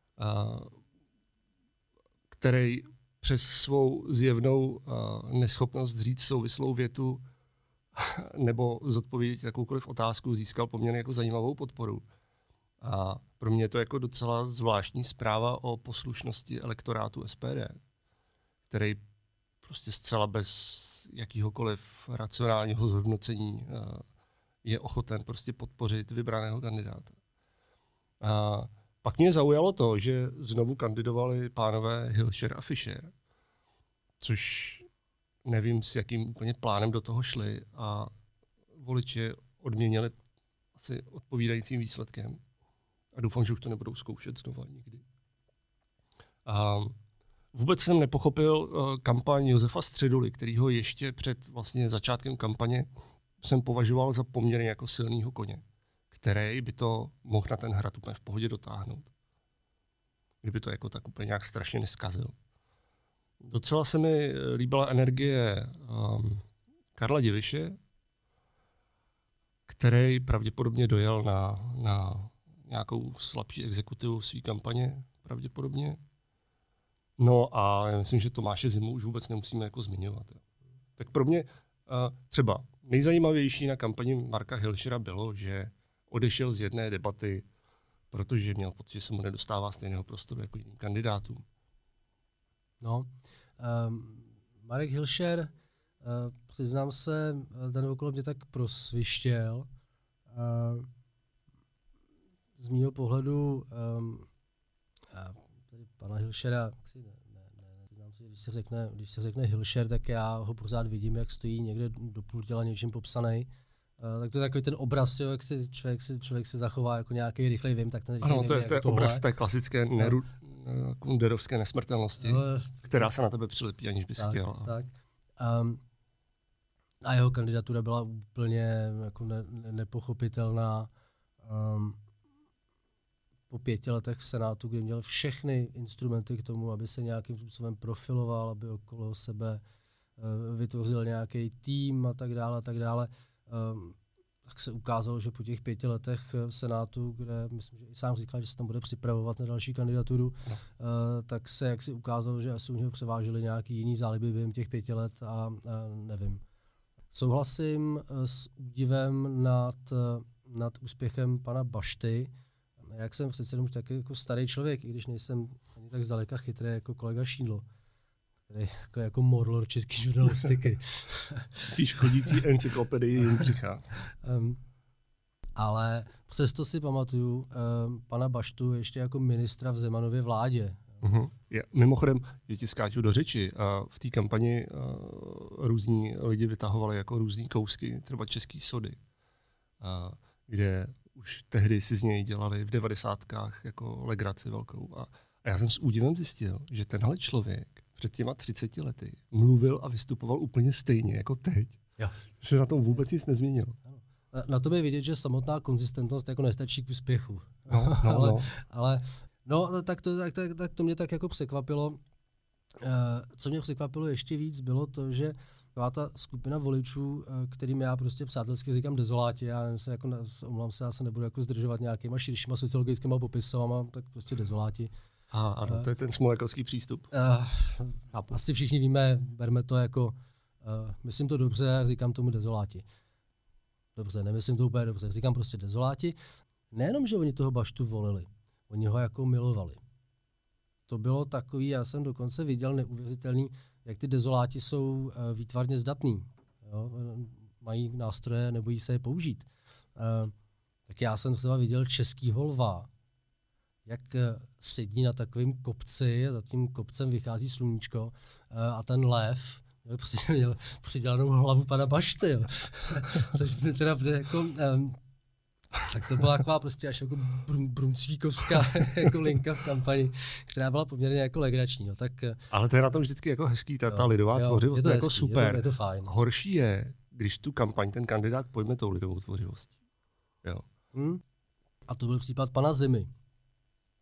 který přes svou zjevnou neschopnost říct souvislou větu nebo zodpovědět jakoukoliv otázku získal poměrně jako zajímavou podporu. A pro mě je to jako docela zvláštní zpráva o poslušnosti elektorátu SPD, který prostě zcela bez jakýhokoliv racionálního zhodnocení je ochoten prostě podpořit vybraného kandidáta. A pak mě zaujalo to, že znovu kandidovali pánové Hilšer a Fischer, což nevím, s jakým úplně plánem do toho šli a voliči odměnili asi odpovídajícím výsledkem. A doufám, že už to nebudou zkoušet znova nikdy. A vůbec jsem nepochopil kampaň Josefa Středuly, kterýho ještě před vlastně začátkem kampaně jsem považoval za poměrně jako silného koně, který by to mohl na ten hrad úplně v pohodě dotáhnout. Kdyby to jako tak úplně nějak strašně neskazil. Docela se mi líbila energie Karla Diviše, který pravděpodobně dojel na nějakou slabší exekutivu své kampaně, pravděpodobně. No a já myslím, že Tomáše Zimu už vůbec nemusíme jako zmiňovat. Tak pro mě třeba nejzajímavější na kampani Marka Hilšera bylo, že odešel z jedné debaty, protože měl pocit, že se mu nedostává stejného prostoru jako jiným kandidátům. No, Marek Hilšer, přiznám se, ten okolo mě tak prosvištěl. Z mýho pohledu tady pana Hilšera, přiznám se, když se řekne Hilšer, tak já ho pořád vidím, jak stojí někde do půl těla něčím popsaný. Tak to je takový ten obraz, jo, jak si člověk se zachová jako nějaký rychlej vím, tak ten rychlej ano, to je jako obraz té klasické kunderovské nesmrtelnosti, která se na tebe přilepí, aniž by si chtěla. Tak. A jeho kandidatura byla úplně jako nepochopitelná. Po 5 letech v Senátu, kdy měl všechny instrumenty k tomu, aby se nějakým způsobem profiloval, aby okolo sebe vytvořil nějaký tým a tak dále, tak se ukázalo, že po těch 5 letech v Senátu, kde myslím, že i sám říkal, že se tam bude připravovat na další kandidaturu, tak se jaksi ukázalo, že asi u něho převážily nějaký jiný záliby během těch 5 let a nevím. Souhlasím s údivem nad úspěchem pana Bašty. Jak jsem přece jenom taky jako starý člověk, i když nejsem ani tak zdaleka chytrý jako kolega Šídlo, který je takový jako morlor české žurnalistiky. Jsi chodící encyklopedii Jindřicha. Ale přesto si pamatuju pana Baštu ještě jako ministra v Zemanově vládě. Mimochodem, je ti skáču do řeči. V té kampani různí lidi vytahovali jako různý kousky, třeba český sody, kde už tehdy si z něj dělali v 90kách jako legraci velkou. A já jsem s údivem zjistil, že tenhle člověk před těma 30 lety mluvil a vystupoval úplně stejně jako teď. Jo. Se na tom vůbec nic nezměnilo. Na tom je vidět, že samotná konzistentnost jako nestačí k úspěchu. Ale tak to mě tak jako překvapilo. Co mě překvapilo ještě víc, bylo to, že ta skupina voličů, kterým já prostě přátelsky říkám dezoláti, já se jako, omlám se, já se nebudu jako zdržovat nějakýma širšíma sociologickýma popisama, tak prostě dezoláti. Ano, to je ten smolekovský přístup. Asi všichni víme, berme to jako, myslím to dobře, říkám tomu dezoláti. Dobře, nemyslím to úplně dobře, říkám prostě dezoláti. Nejenom, že oni toho Baštu volili, oni ho jako milovali. To bylo takový, já jsem dokonce viděl neuvěřitelný, jak ty dezoláti jsou výtvarně zdatný. Jo? Mají nástroje, nebojí se je použít. Tak já jsem třeba viděl českýho lva, jak sedí na takovém kopci, za tím kopcem vychází sluníčko a ten lev měl přidělanou hlavu pana Bašty. Jo. Což mi teda jako... tak to byla taková prostě až jako bruncvíkovská jako linka v kampani, která byla poměrně jako legrační. No, tak, ale to je na tom vždycky jako hezký, ta lidová tvořivost, to je jako super. Je to fajn. Horší je, když tu kampaň ten kandidát pojme tou lidovou tvořivostí. Jo. A to byl případ pana Zimy.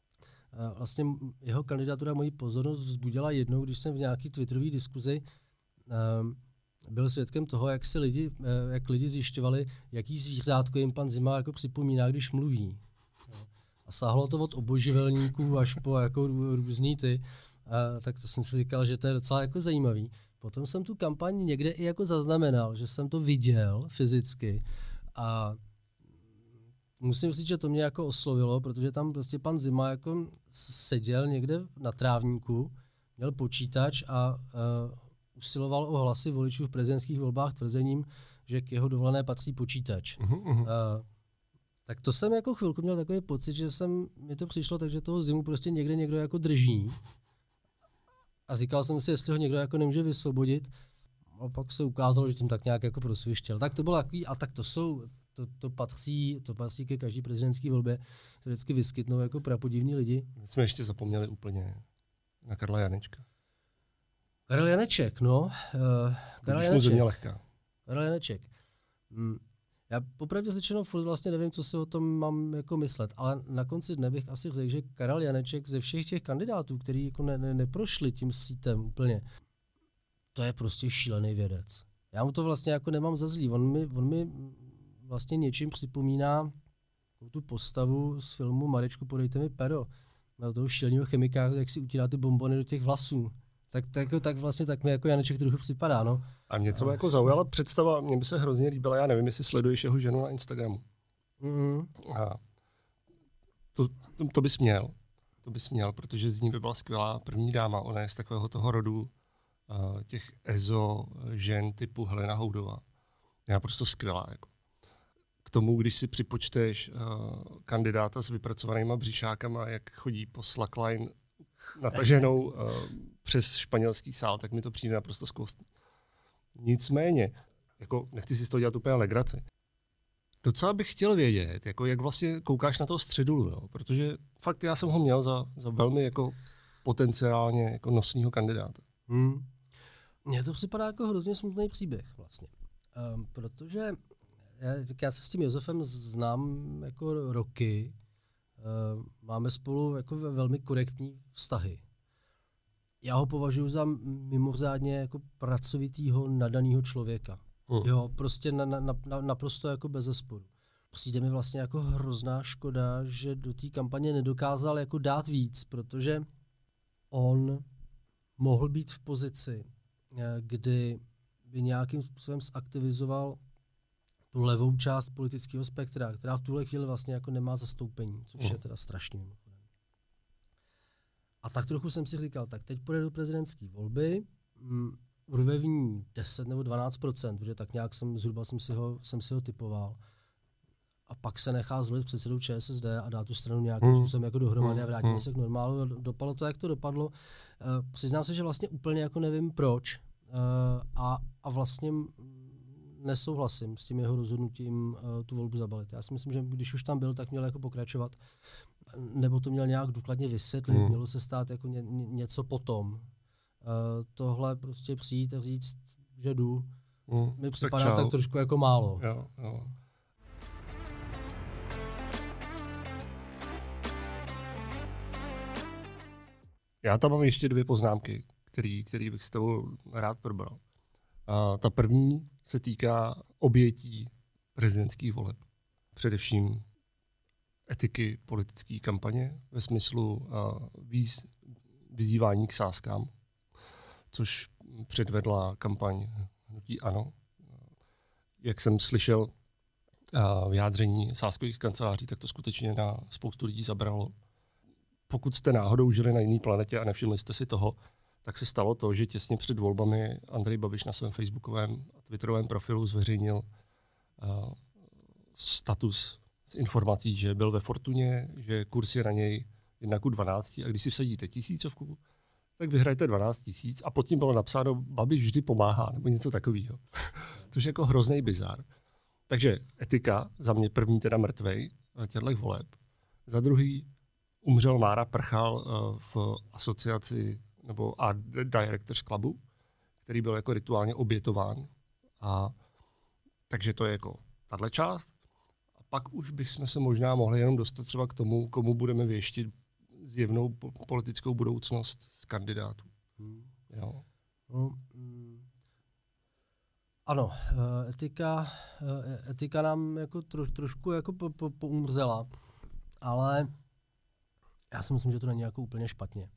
vlastně jeho kandidatura moji pozornost vzbudila jednou, když jsem v nějaký twitterové diskuzi byl svědkem toho, jak lidi zjišťovali, jaký zvířátko jim pan Zima jako připomíná, když mluví. A sáhlo to od obojživelníků až po jako různý tak to jsem si říkal, že to je docela jako zajímavý. Potom jsem tu kampaň někde i jako zaznamenal, že jsem to viděl fyzicky a musím říct, že to mě jako oslovilo, protože tam prostě pan Zima jako seděl někde na trávníku, měl počítač a usiloval o hlasy voličů v prezidentských volbách tvrzením, že k jeho dovolené patří počítač. Tak to jsem jako chvilku měl takový pocit, že mi to přišlo, takže toho Zimu prostě někde někdo jako drží. A říkal jsem si, jestli ho někdo jako nemůže vysvobodit. A pak se ukázalo, že tím tak nějak jako prosvištěl. Tak to bylo takový, a tak to patří ke každý prezidentský volbě, se vždycky vyskytnou jako prapodivní lidi. My jsme ještě zapomněli úplně na Karla Janečka. Karel Janeček, no. Karel Janeček. Karel Janeček. Já popravdě řečeno furt vlastně nevím, co si o tom mám jako myslet, ale na konci dne bych asi řekl, že Karel Janeček ze všech těch kandidátů, kteří jako neprošli tím sítem úplně, to je prostě šílený vědec. Já mu to vlastně jako nemám za zlý. On mi vlastně něčím připomíná tu postavu z filmu Marečku, podejte mi pero. Na toho šíleného chemika, jak si utírá ty bonbony do těch vlasů. Tak vlastně tak mi jako Janeček trochu připadá, no. A mě co jako zaujala představa, mně by se hrozně líbila, já nevím, jestli sleduješ jeho ženu na Instagramu. A to bys měl. To bys měl, protože z ní by byla skvělá první dáma. Ona je z takového toho rodu těch EZO žen typu Helena Houdová. Je naprosto skvělá. Jako. K tomu, když si připočteš kandidáta s vypracovanýma břišákama, jak chodí po slackline nataženou přes španělský sál, tak mi to přijde naprosto skvostný. Nicméně, jako nechci si z toho dělat úplně legraci. Docela bych chtěl vědět, jako jak vlastně koukáš na toho Středulu, jo? Protože fakt já jsem ho měl za velmi jako potenciálně jako nosného kandidáta. Mně to připadá jako hrozně smutný příběh vlastně, protože já se s tím Josefem znám jako roky, máme spolu jako velmi korektní vztahy. Já ho považuji za mimořádně jako pracovitýho, nadaného člověka. Jo, prostě naprosto jako bez zesporu. Přijde mi vlastně jako hrozná škoda, že do té kampaně nedokázal jako dát víc, protože on mohl být v pozici, kdy by nějakým způsobem zaktivizoval tu levou část politického spektra, která v tuhle chvíli vlastně jako nemá zastoupení, což je teda strašný. A tak trochu jsem si říkal, tak teď půjde do prezidentské volby, urve v ní 10 nebo 12%, protože tak nějak jsem si ho typoval. A pak se nechá zvolit předsedou ČSSD a dá tu stranu nějakým způsobem jako dohromady a vrátíme se k normálu. Dopadlo to, jak to dopadlo. Přiznám se, že vlastně úplně jako nevím proč a vlastně nesouhlasím s tím jeho rozhodnutím tu volbu zabalit. Já si myslím, že když už tam byl, tak měl jako pokračovat, nebo to měl nějak důkladně vysvětlit, mělo se stát jako něco potom. Tohle prostě přijít a říct, že jdu, mi připadá tak trošku jako málo. Jo. Já tam mám ještě 2 poznámky, který bych s tebou rád probral. Ta první se týká obětí prezidentských voleb. Především etiky politické kampaně ve smyslu vyzývání k sázkám, což předvedla kampaň hnutí ANO. Jak jsem slyšel vyjádření sázkových kanceláří, tak to skutečně na spoustu lidí zabralo. Pokud jste náhodou žili na jiné planetě a nevšimli jste si toho, tak se stalo to, že těsně před volbami Andrej Babiš na svém facebookovém a twitterovém profilu zveřejnil status s informací, že byl ve Fortuně, že kurz je na něj 1:12 a když si vsadíte 1000, tak vyhrajete 12 000 a pod tím bylo napsáno Babiš vždy pomáhá nebo něco takového. Což je jako hrozný bizar. Takže etika, za mě první teda mrtvej těchto voleb. Za druhý umřel Mára Prchal v asociaci nebo Art Directors Clubu, který byl jako rituálně obětován. Takže to je jako tahle část. A pak už bychom se možná mohli jenom dostat třeba k tomu, komu budeme věštit zjevnou politickou budoucnost z kandidátů. Jo. No, ano, etika nám jako trošku jako poumrzela, ale já si myslím, že to není jako úplně špatně.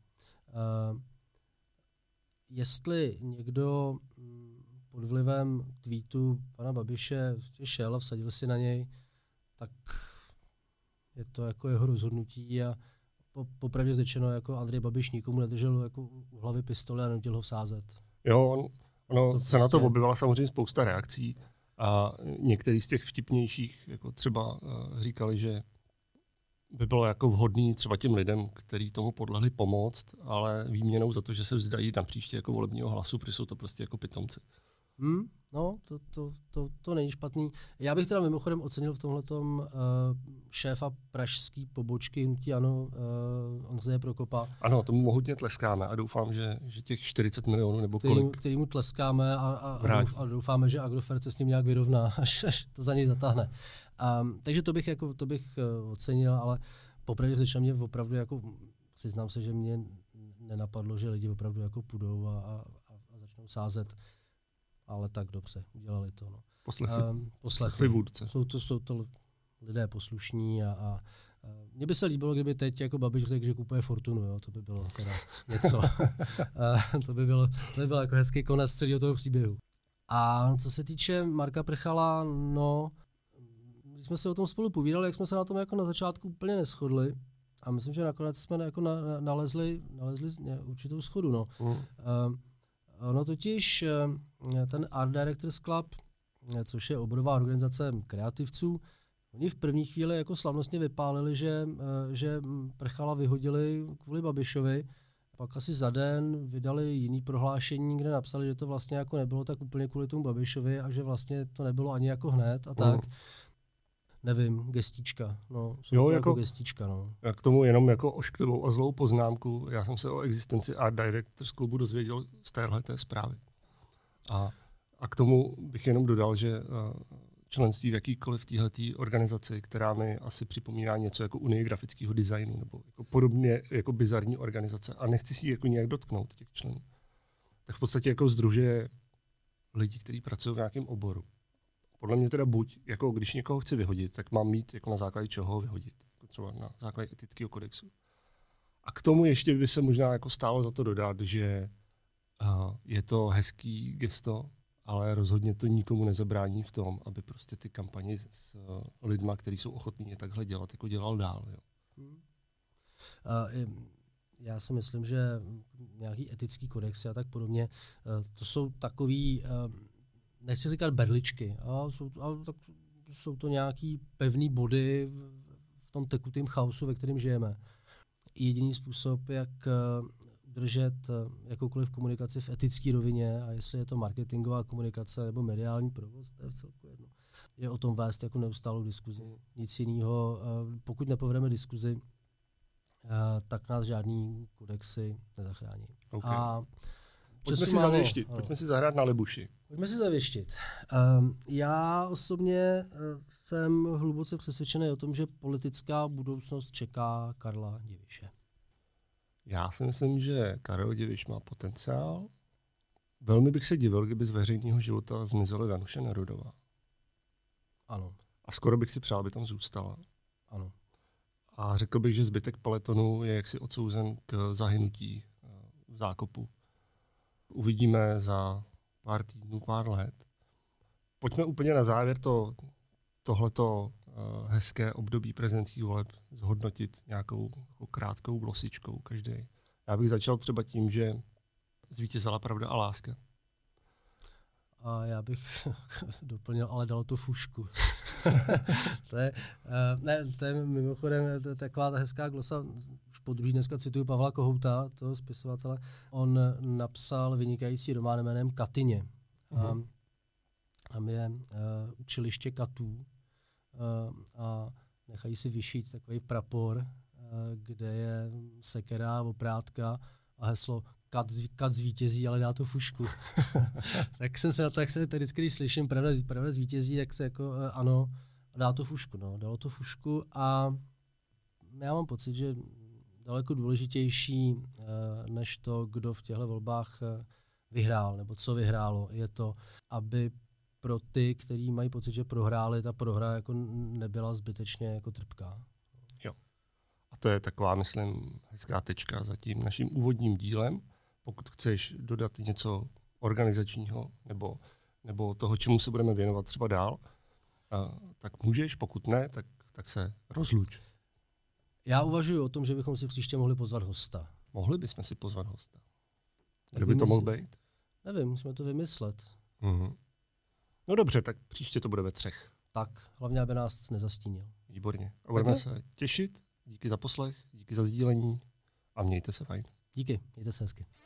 Jestli někdo pod vlivem tweetu pana Babiše šel a vsadil si na něj, tak je to jako jeho rozhodnutí a popravdě řečeno, jako Andrej Babiš nikomu nedržel jako u hlavy pistole a nenutil ho vsázet. Jo, ono se na to objevila samozřejmě spousta reakcí a některý z těch vtipnějších jako třeba říkali, že by bylo jako vhodný třeba těm lidem, kteří tomu podlehli, pomoct, ale výměnou za to, že se vzdají na příště jako volebního hlasu, protože jsou to prostě jako pitomci. No, to není špatný. Já bych teda mimochodem ocenil v tomhletom šéfa pražské pobočky hnutí ANO, Ondřeje Prokopa. Ano, tomu mohutně tleskáme a doufám, že těch 40 milionů nebo kolik. Kterýmu tleskáme a doufáme, že Agrofert se s ním nějak vyrovná, až to za něj zatáhne. Takže to bych ocenil, ale popravdě řečeno mě opravdu jako, přiznám se, že mě nenapadlo, že lidi opravdu jako půjdou a začnou sázet. Ale tak dobře, udělali to. No. Poslechli vůdce. Jsou to lidé poslušní a mně by se líbilo, kdyby teď jako Babiš řekl, že kupuje Fortunu, jo? To by bylo teda něco. to by byl jako hezký konec celého toho příběhu. A co se týče Marka Prchala, no, když jsme se o tom spolu povídali, jak jsme se na tom jako na začátku úplně neshodli a myslím, že nakonec jsme jako nalezli určitou shodu. No. No totiž ten Art Directors Club, což je oborová organizace kreativců, oni v první chvíli jako slavnostně vypálili, že Prchala vyhodili kvůli Babišovi, pak asi za den vydali jiný prohlášení, kde napsali, že to vlastně jako nebylo tak úplně kvůli tomu Babišovi a že vlastně to nebylo ani jako hned a tak. Nevím, gestíčka. No, jo, jako gestíčka, no. Já k tomu jenom jako ošklivou a zlou poznámku. Já jsem se o existenci Art Directors Clubu dozvěděl z téhleté zprávy. A k tomu bych jenom dodal, že členství v jakýkoliv téhleté organizaci, která mi asi připomíná něco jako Unii grafického designu, nebo jako podobně jako bizarní organizace, a nechci si jako nějak dotknout těch členů, tak v podstatě jako sdružuje lidi, kteří pracují v nějakém oboru. Podle mě teda buď, jako když někoho chci vyhodit, tak mám mít jako na základě čeho ho vyhodit, jako třeba na základě etického kodexu. A k tomu ještě by se možná jako stálo za to dodat, že je to hezký gesto, ale rozhodně to nikomu nezabrání v tom, aby prostě ty kampaně s lidma, kteří jsou ochotní je takhle dělat, jako dělal dál. Jo. Já si myslím, že nějaký etický kodexy a tak podobně, to jsou takový, nechci říkat berličky, jsou to nějaký pevný body v tom tekutém chaosu, ve kterém žijeme. Jediný způsob, jak udržet jakoukoliv komunikaci v etické rovině, a jestli je to marketingová komunikace nebo mediální provoz, to je vcelku jedno, je o tom vést jako neustálou diskuzi. Nic jiného, pokud nepovedeme diskuzi, tak nás žádný kodexy nezachrání. Okay. Pojďme si zahrát na Libuši. Pojďme si zavěštit. Já osobně jsem hluboce přesvědčený o tom, že politická budoucnost čeká Karla Diviše. Já si myslím, že Karel Diviš má potenciál. Velmi bych se divil, kdyby z veřejného života zmizela Danuše Nerudová. Ano. A skoro bych si přál, aby tam zůstala. Ano. A řekl bych, že zbytek peletonu je jaksi odsouzen k zahynutí v zákopu. Uvidíme za pár týdnů, pár let. Pojďme úplně na závěr tohleto hezké období prezidentských voleb zhodnotit nějakou jako krátkou glosičkou každý. Já bych začal třeba tím, že zvítězila pravda a láska. A já bych doplnil, ale dalo to fušku. to je mimochodem taková hezká glosa. Už podruhé dneska cituju Pavla Kohouta, toho spisovatele. On napsal vynikající román jménem Katyně. Tam je učiliště katů a nechají si vyšít takový prapor, kde je sekera, oprátka a heslo kat zvítězí, ale dá to fušku. Tak jsem se na to, jak se vždycky, když slyším pravda zvítězí, jak se jako ano, dá to fušku. No. Dalo to fušku a já mám pocit, že daleko důležitější než to, kdo v těchto volbách vyhrál nebo co vyhrálo. Je to, aby pro ty, kteří mají pocit, že prohráli, ta prohra jako nebyla zbytečně jako trpká. Jo. A to je taková, myslím, hezká tečka za tím naším úvodním dílem. Pokud chceš dodat něco organizačního nebo toho, čemu se budeme věnovat třeba dál, tak můžeš, pokud ne, tak se rozluč. Já uvažuji o tom, že bychom si příště mohli pozvat hosta. Mohli bychom si pozvat hosta. Kdo by to mohl být? Nevím, musíme to vymyslet. Mm-hmm. No dobře, tak příště to bude ve 3. Tak, hlavně, aby nás nezastínil. Výborně. A budeme se těšit. Díky za poslech, díky za sdílení a mějte se fajn. Díky, mějte se hezky.